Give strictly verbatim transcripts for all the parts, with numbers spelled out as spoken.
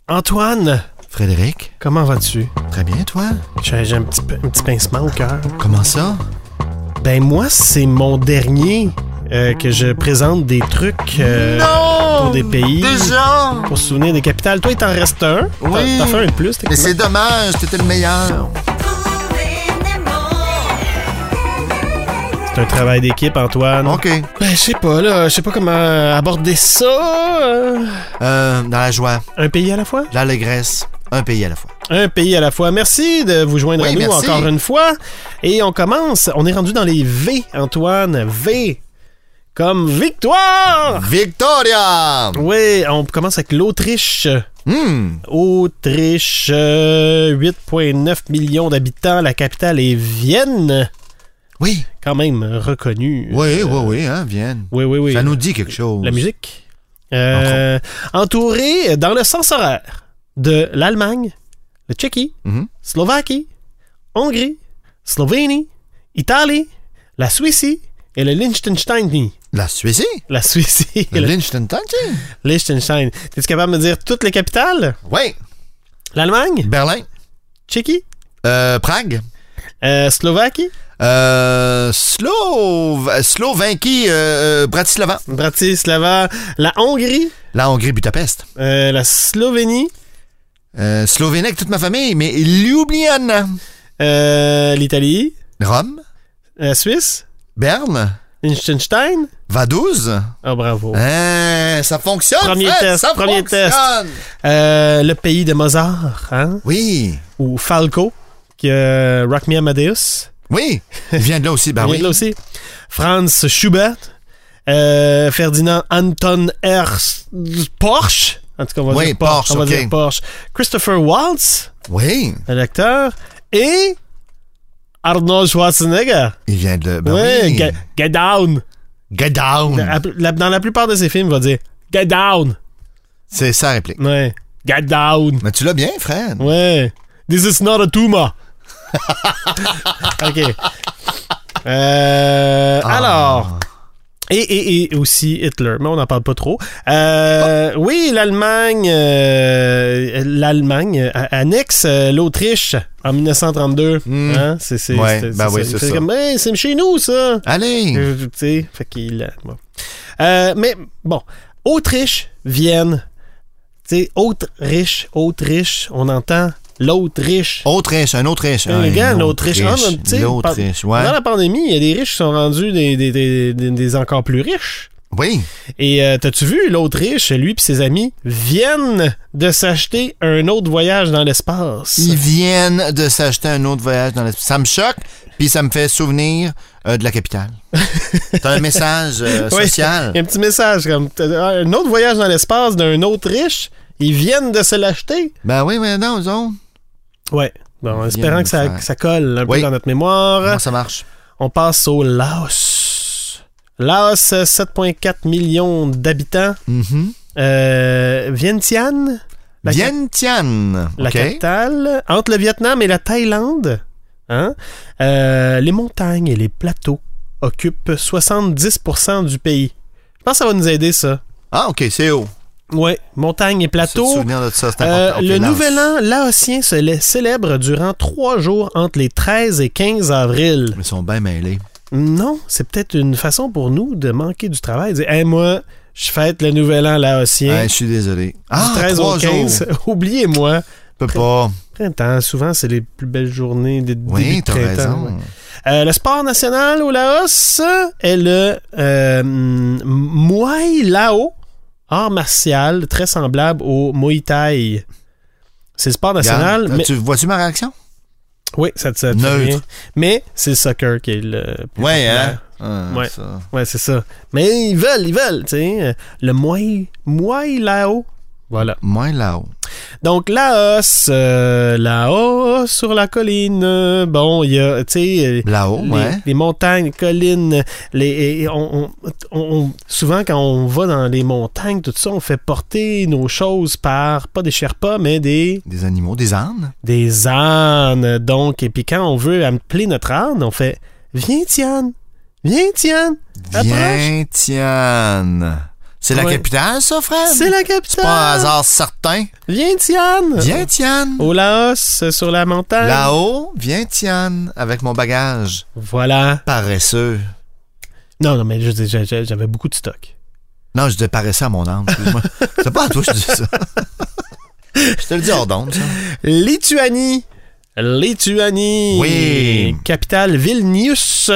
Antoine! Frédéric? Comment vas-tu? Très bien, toi? J'ai, j'ai un, petit, un petit pincement au cœur. Comment ça? Ben moi, c'est mon dernier euh, que je présente des trucs euh, non! pour des pays. Déjà? Pour se souvenir des capitales. Toi, il t'en reste un. Oui. T'as, t'as fait un de plus. Mais c'est dommage, t'étais le meilleur. C'est un travail d'équipe, Antoine. OK. Ben, je sais pas, là. Je sais pas comment aborder ça. Euh... Euh, dans la joie. Un pays à la fois? L'allégresse. Un pays à la fois. Un pays à la fois. Merci de vous joindre oui, à nous merci. encore une fois. Et on commence. On est rendu dans les V, Antoine. V. Comme victoire! Victoria! Oui, on commence avec l'Autriche. Hmm. Autriche, euh, huit virgule neuf millions d'habitants. La capitale est Vienne. Oui. Quand même reconnue. Oui, euh, oui, oui, hein, Vienne. Oui, oui, oui. Ça nous dit quelque chose. La musique. Euh, entouré dans le sens horaire de l'Allemagne, le Tchéquie, Mm-hmm. Slovaquie, Hongrie, Slovénie, Italie, la Suisse et le Liechtenstein. La Suisse? La Suisse et Le le Liechtenstein? Liechtenstein. Es-tu capable de me dire toutes les capitales? Oui. L'Allemagne, Berlin. Tchéquie, Euh, Prague. euh, Slovaquie, Euh, Slov... Slovaquie, euh, Bratislava. Bratislava, la Hongrie, La Hongrie, Budapest. euh, la Slovénie, Euh, Slovénie avec toute ma famille, mais Ljubljana. euh, l'Italie, Rome. la Suisse, Berne. Liechtenstein. Vaduz. Ah, bravo. Hein, ça fonctionne, Premier Fred, test, ça premier fonctionne. test. Euh, le pays de Mozart, hein? Oui, Ou Falco, qui a Rock Me Amadeus. oui. Il vient de là aussi, ben Il oui. vient de là aussi. Franz Schubert. Euh, Ferdinand Anton Ernst Porsche. En tout cas, on va Oui, dire Porsche. Porsche, on va ok. dire Porsche. Christopher Waltz, Oui, l'acteur. Et Arnold Schwarzenegger. il vient de... Ben ouais, oui. get, get Down. Get down. La- la- dans la plupart de ses films, il va dire Get Down. C'est ça la réplique. Ouais. Get Down. Mais tu l'as bien, Fred. Ouais. This is not a tumor. OK. Euh, Ah. Alors. Et, et, et aussi Hitler, mais on n'en parle pas trop. Euh, Oh. Oui, l'Allemagne, euh, l'Allemagne euh, annexe euh, l'Autriche en dix-neuf cent trente-deux. Mm. Hein? C'est, c'est, Ouais, c'est, ben c'est, oui, c'est, c'est c'est ça. comme, hey, c'est chez nous, ça. Allez. Euh, tu sais, fait qu'il. euh, bon. Euh, mais bon, Autriche, Vienne. Tu sais, Autriche, Autriche, on entend l'Autriche. Autriche, un Autriche. Un Un gars, l'Autriche. Ah, tu sais, L'Autriche, par- ouais. Pendant la pandémie, il y a des riches qui sont rendus des, des, des, des, des encore plus riches. Oui. Et euh, t'as-tu vu, l'Autriche, lui et ses amis viennent de s'acheter un autre voyage dans l'espace. Ils viennent de s'acheter un autre voyage dans l'espace. Ça me choque, puis ça me fait souvenir euh, de la capitale. T'as un message euh, Oui, social. un petit message comme t'as un autre voyage dans l'espace d'un autre riche. Ils viennent de se l'acheter. Ben oui, mais non, eux autres. Ouais. Bon, en Ils espérant viennent que ça, de que ça colle un Oui. peu dans notre mémoire. Comment ça marche? On passe au Laos. Laos, sept virgule quatre millions d'habitants. Mm-hmm. Euh, Vientiane, la, cap- Vientiane. la OK. capitale, entre le Vietnam et la Thaïlande. Hein? Euh, les montagnes et les plateaux occupent soixante-dix pour cent du pays. Je pense que ça va nous aider, ça. Ah, OK, c'est haut. Ouais, montagnes et Se plateaux. souvenir de ça, c'est Euh, important. OK, le Laos. nouvel an laotien se lait- célèbre durant trois jours entre les treize et quinze avril. Ils sont bien mêlés. Non, c'est peut-être une façon pour nous de manquer du travail. Dire, hey, moi, je fête le nouvel an laotien. Ouais, je suis désolé. Ah, du treize au trois quinze. jours. Oubliez-moi. Je peux pas. Printemps, souvent, c'est les plus belles journées de début Oui, de t'as printemps. raison. ouais. Euh, le sport national au Laos est le euh, Muay Lao, art martial très semblable au Muay Thai. C'est le sport national, Regarde, mais tu vois-tu ma réaction? oui, ça te ça te Neutre. fait rien. Mais c'est le soccer qui est le plus Ouais, populaire. hein? Ah, Ouais. ça. Ouais, c'est ça. Mais ils veulent, ils veulent, tu sais. Le Muay, Muay Lao. Voilà. Moins là-haut. Donc, Laos, euh, Laos sur la colline. euh, Bon, il y a, tu sais, Là-haut, les, ouais. les montagnes, les collines. Les, et on, on- on- on- souvent, quand on va dans les montagnes, tout ça, on fait porter nos choses par, pas des Sherpas, mais des, Des animaux, des ânes. des ânes. Donc, et puis quand on veut appeler notre âne, on fait « Viens, Tiane! Viens, Tiane! Approche! » Vientiane. C'est la Ouais. capitale, ça, Fred? C'est la C'est capitale. pas un hasard certain. Viens, Tiane. Viens, Tiane. Au Laos, sur la montagne. Là-haut, viens, Tiane, avec mon bagage. Voilà. Paresseux. Non, non, mais je dis, j'ai- j'ai- j'avais beaucoup de stock. Non, je dis paresseux à mon âme, excuse-moi. C'est pas à toi que je dis ça. Je te le dis hors d'onde, ça. Lituanie. Lituanie. Oui. Capitale Vilnius.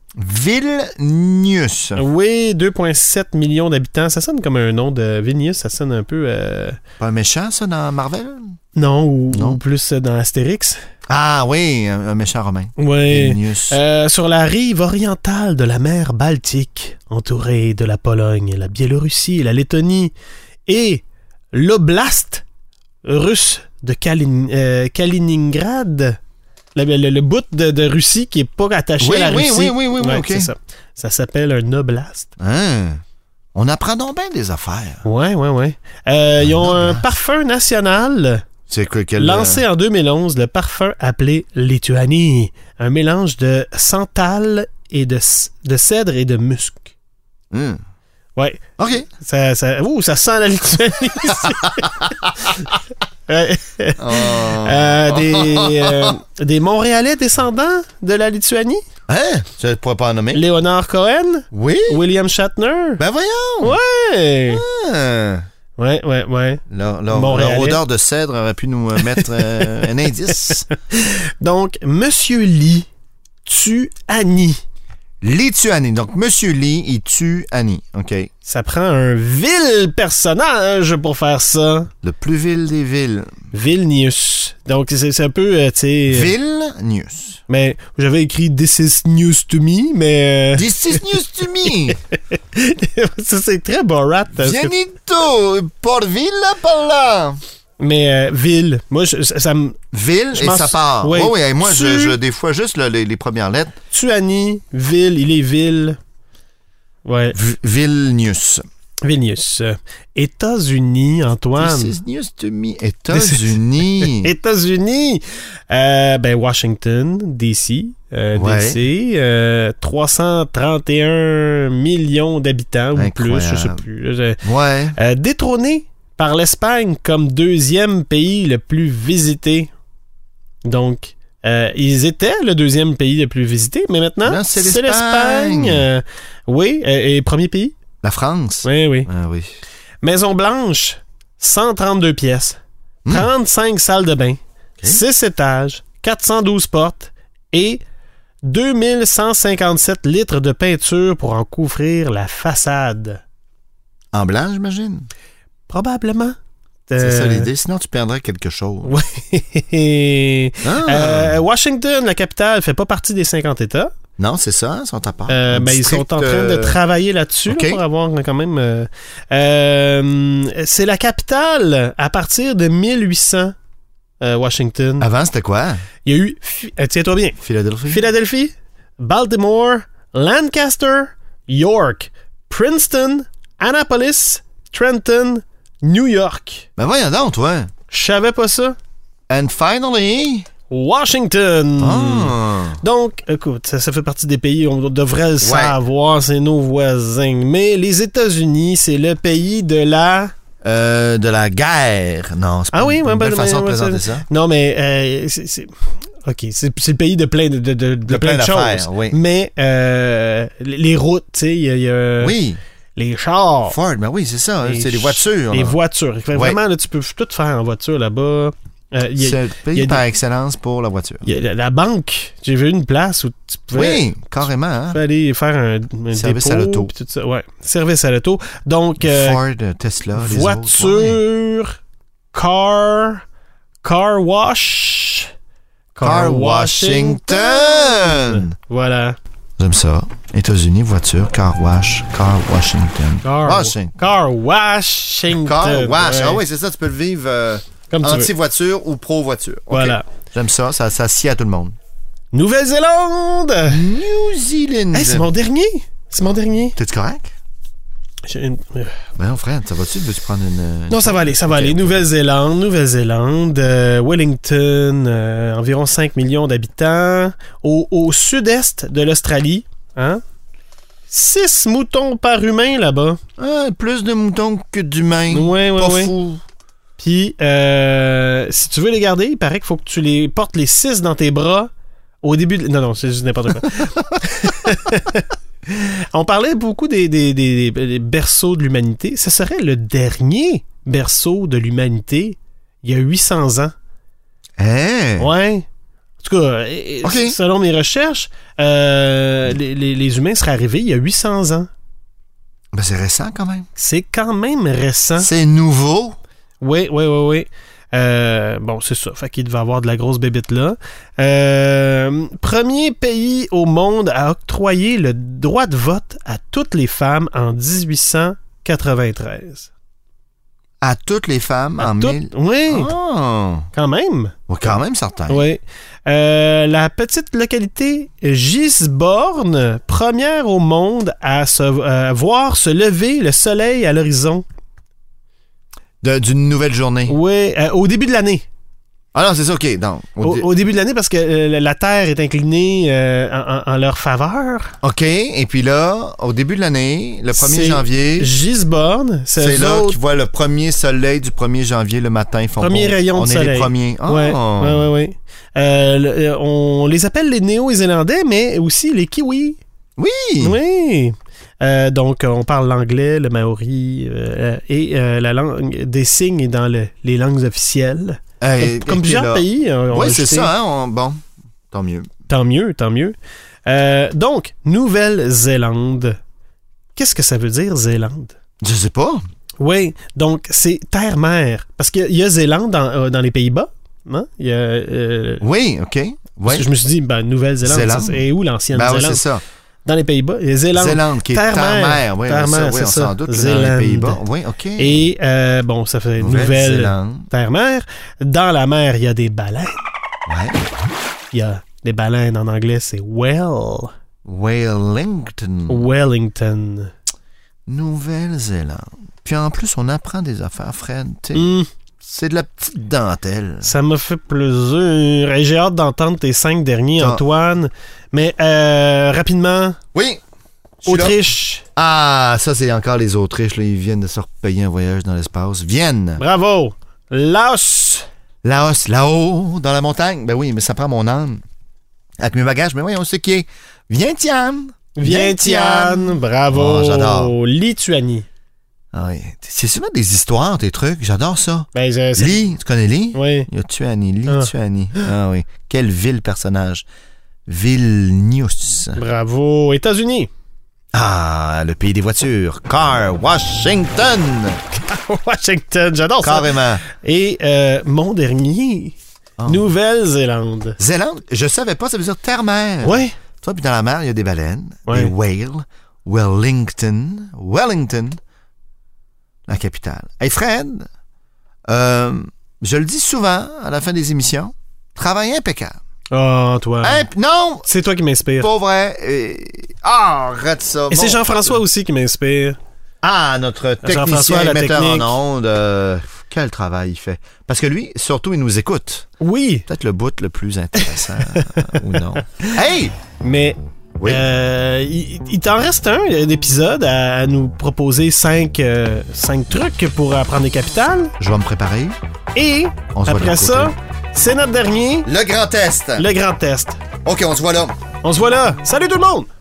Vilnius. Oui, deux virgule sept millions d'habitants. Ça sonne comme un nom de Vilnius. Ça sonne un peu... euh, Pas un méchant, ça, dans Marvel? Non, ou, Non. ou plus dans Astérix. Ah oui, un, un méchant romain. Oui. Vilnius. Euh, sur la rive orientale de la mer Baltique, entourée de la Pologne, la Biélorussie, la Lettonie et l'oblast russe de Kalin- euh, Kaliningrad, le, le- le bout de, de Russie qui n'est pas attaché Oui, à la oui, Russie. oui, oui, oui, oui, Ouais, ok. c'est ça. Ça s'appelle un oblast. Hein? On apprend donc bien des affaires. Ouais, ouais, ouais. Euh, ils ont un oblast. parfum national C'est quoi, quel... lancé en deux mille onze, le parfum appelé Lituanie. Un mélange de santal et de, c- de cèdre et de musc. Hum. Ouais. OK. Ça, ça, ouh, ça sent la Lituanie ici. Ouais. Oh. Euh, des, euh, des Montréalais descendants de la Lituanie. Hein? Tu ne pourrais pas en nommer? Léonard Cohen, Oui? William Shatner. Ben voyons! Ouais. Ah. Ouais, ouais, ouais. Leur, leur- Montréalais. leur odeur de cèdre aurait pu nous euh, mettre euh, un indice. Donc, Monsieur Lee tue Annie. Lituanie. Donc, Monsieur Lee, il tue Annie. OK. Ça prend un vil personnage pour faire ça. Le plus vil des villes. Vilnius. Donc, c'est c'est un peu, euh, tu sais... Vilnius. Mais j'avais écrit This is news to me, mais... euh, This is news to me. ça, c'est très Borat. parce que- Vienito. Por villa par là. Mais euh, ville, moi, je- ça, ça me... Ville Je et m'en ça sou- part. oui. Oui, oui. Moi, je, Tu- je, des fois, juste là, les, les premières lettres. Tuani, ville, il est ville. Ouais, V- Vilnius. Vilnius. Euh, États-Unis, Antoine. This is news to me. États-Unis. États-Unis. Euh, ben, Washington, D C. Euh, Ouais. D C. Euh, trois cent trente et un millions d'habitants ou plus, je sais Incroyable. plus. là, je- Ouais. Euh, détrôné par l'Espagne comme deuxième pays le plus visité. Donc, euh, ils étaient le deuxième pays le plus visité, mais maintenant, Là, c'est c'est l'Espagne. l'Espagne. Euh, oui, euh, et premier pays? La France. Oui, oui. Ah oui. Maison-Blanche, cent trente-deux pièces, Hmm. trente-cinq salles de bain, six étages, quatre cent douze portes et deux mille cent cinquante-sept litres de peinture pour en couvrir la façade. En blanc, j'imagine. Probablement. C'est Euh, ça l'idée. Sinon, tu perdrais quelque chose. Ouais. Ah. Euh, Washington, la capitale, fait pas partie des cinquante États. Non, c'est ça. Ils sont à part. Euh, Un ben, ils sont district, en train de euh, travailler là-dessus là, OK. pour avoir quand même... euh, euh, c'est la capitale à partir de mille huit cents, euh, Washington. Avant, c'était quoi? Il y a eu... Phi- euh, Tiens-toi bien. Philadelphie? Philadelphie, Baltimore, Lancaster, York, Princeton, Annapolis, Trenton, New York. Ben voyons donc, toi. Je savais pas ça. And finally... Washington. Ah. Donc, écoute, ça, ça fait partie des pays, on devrait le savoir, c'est nos voisins. Mais les États-Unis, c'est le pays de la... Euh, de la guerre. Non, c'est pas Ah oui, une ouais, belle ben, façon ben, de présenter c'est- ça. Non, mais... euh, c'est, c'est- OK, c'est, c'est le pays de plein de, de, de, de plein plein de d'affaires, choses. oui. Mais euh, les les routes, tu sais, il y a, il y a Oui, les chars, Ford, ben oui, c'est ça. Les C'est les ch- voitures. les là. voitures. Fait que Ouais. Vraiment, là, tu peux tout faire en voiture là-bas. Euh, il y a- C'est le il y pays a par des- excellence pour la voiture. il y a la, la banque. J'ai vu une place où tu pouvais... Oui, carrément. Hein? Tu peux aller faire un, un Service dépôt, à l'auto. puis tout ça. Ouais, service à l'auto. Donc, euh, Ford, Tesla, les voiture, autres, ouais. car, car wash, Car Washington. Voilà. J'aime ça. États-Unis, voiture, car wash, car Washington. Car, Washington. car Washington. Car wash. Ouais. Ah oui, c'est ça, tu peux le vivre euh, Comme tu veux. anti-voiture ou pro-voiture. OK. Voilà. J'aime ça, ça, ça sied à tout le monde. Nouvelle-Zélande. New Zealand. Hey, c'est mon dernier. C'est mon dernier. T'es-tu correct? J'ai une- euh, Ben non, frère, ça va-tu? Veux-tu prendre une... Non, ça va aller, ça va Ok. aller. Nouvelle-Zélande, Nouvelle-Zélande, euh, Wellington, euh, environ cinq millions d'habitants, au, au sud-est de l'Australie. Hein? Six moutons par humain là-bas. Ah, plus de moutons que d'humains. Ouais, ouais, Pas ouais. fou. Puis, euh, si tu veux les garder, il paraît qu'il faut que tu les portes les six dans tes bras au début de... Non, non, c'est juste n'importe quoi. On parlait beaucoup des, des, des, des berceaux de l'humanité. Ce serait le dernier berceau de l'humanité il y a huit cents ans. Hein? Ouais. En tout cas, okay. selon mes recherches, euh, les, les, les humains seraient arrivés il y a huit cents ans. Ben, c'est récent quand même. C'est quand même récent. C'est nouveau. Oui, oui, oui, oui. Euh, bon, c'est ça. Fait qu'il devait avoir de la grosse bébite là. Euh, premier pays au monde à octroyer le droit de vote à toutes les femmes en dix-huit cent quatre-vingt-treize. À toutes les femmes à en tout... mille... Oui, oh. quand même. Oui, quand même, certain. Oui. Euh, la petite localité Gisborne, première au monde à se, euh, voir se lever le soleil à l'horizon. De, d'une nouvelle journée. Oui, euh, au début de l'année. Ah non, c'est ça, OK. Donc, au, au, au début de l'année, parce que euh, la Terre est inclinée euh, en, en leur faveur. OK. Et puis là, au début de l'année, le premier c'est janvier... Gisborne. C'est, c'est là autres... qu'ils voient le premier soleil du premier janvier le matin. Ils font premier bon, rayon de on soleil. On est les premiers. Oh. Oui, oui, oui. Euh, le, on les appelle les Néo-Zélandais, mais aussi les Kiwis. Oui! Oui! Euh, donc, on parle l'anglais, le maori, euh, et euh, la langue des signes est dans le, les langues officielles. Euh, comme comme plusieurs là. pays. Oui, c'est ça. Hein, on, bon, tant mieux. Tant mieux, tant mieux. Euh, donc, Nouvelle-Zélande. Qu'est-ce que ça veut dire, Zélande? Je sais pas. Oui, donc c'est terre-mer. Parce qu'il y a Zélande dans, euh, dans les Pays-Bas. Hein? Il y a, euh, oui, OK. Ouais. Parce que je me suis dit, ben, Nouvelle-Zélande, Zélande. Ça, c'est où l'ancienne ben, Zélande? Oui, c'est ça. Dans les Pays-Bas. Et Zélande. Zélande, qui est terre-mer. Oui, terre-mer, oui, c'est on ça. s'en doute Zélande. Dans les Pays-Bas. Oui, OK. Et, euh, bon, ça fait nouvelle, nouvelle terre-mer. Dans la mer, il y a des baleines. Ouais. Il y a des baleines en anglais, c'est whale. Wellington. Wellington. Nouvelle-Zélande. Puis en plus, on apprend des affaires, Fred. Mm. C'est de la petite dentelle. Ça m'a fait plaisir. Et j'ai hâte d'entendre tes cinq derniers, ah. Antoine. Mais euh, rapidement. Oui. Autriche. Là. Ah, ça, c'est encore les Autriches. Là. Ils viennent de se repayer un voyage dans l'espace. Vienne. Bravo. Laos. Laos, là-haut, dans la montagne. Ben oui, mais ça prend mon âme. Avec mes bagages. Mais oui, on sait qui est. Vientiane. Vientiane. Bravo. Oh, j'adore. Lituanie. Ah oui. C'est souvent des histoires, tes trucs. J'adore ça. Ben, je, Lee, tu connais Lee? Oui. Il y a Tuani, Lituanie. Ah. ah oui. Quel vil personnage. Vilnius. Bravo. États-Unis. Ah, le pays des voitures. Car Washington. Car Washington, j'adore ça. Carrément. Et euh, mon dernier, oh. Nouvelle-Zélande. Zélande, je savais pas, ça veut dire terre-mer. Oui. Toi, puis dans la mer, il y a des baleines, ouais. des whales. Wellington. Wellington. La capitale. Hey Fred, euh, je le dis souvent à la fin des émissions, travail impeccable. Oh, Antoine. Imp- non! C'est toi qui m'inspire. Pas vrai. Et... Ah, arrête ça. Et bon, c'est Jean-François aussi qui m'inspire. Ah, notre technicien et metteur technique. en onde. Euh, quel travail il fait. Parce que lui, surtout, il nous écoute. Oui. Peut-être le bout le plus intéressant ou non. Hey! Mais... Oui. Euh, il, il t'en reste un, un épisode à, à nous proposer cinq, euh, cinq trucs pour apprendre les capitales. Je vais me préparer. Et on se après ça, c'est notre dernier. Le grand test. Le grand test. OK, on se voit là. On se voit là. Salut tout le monde!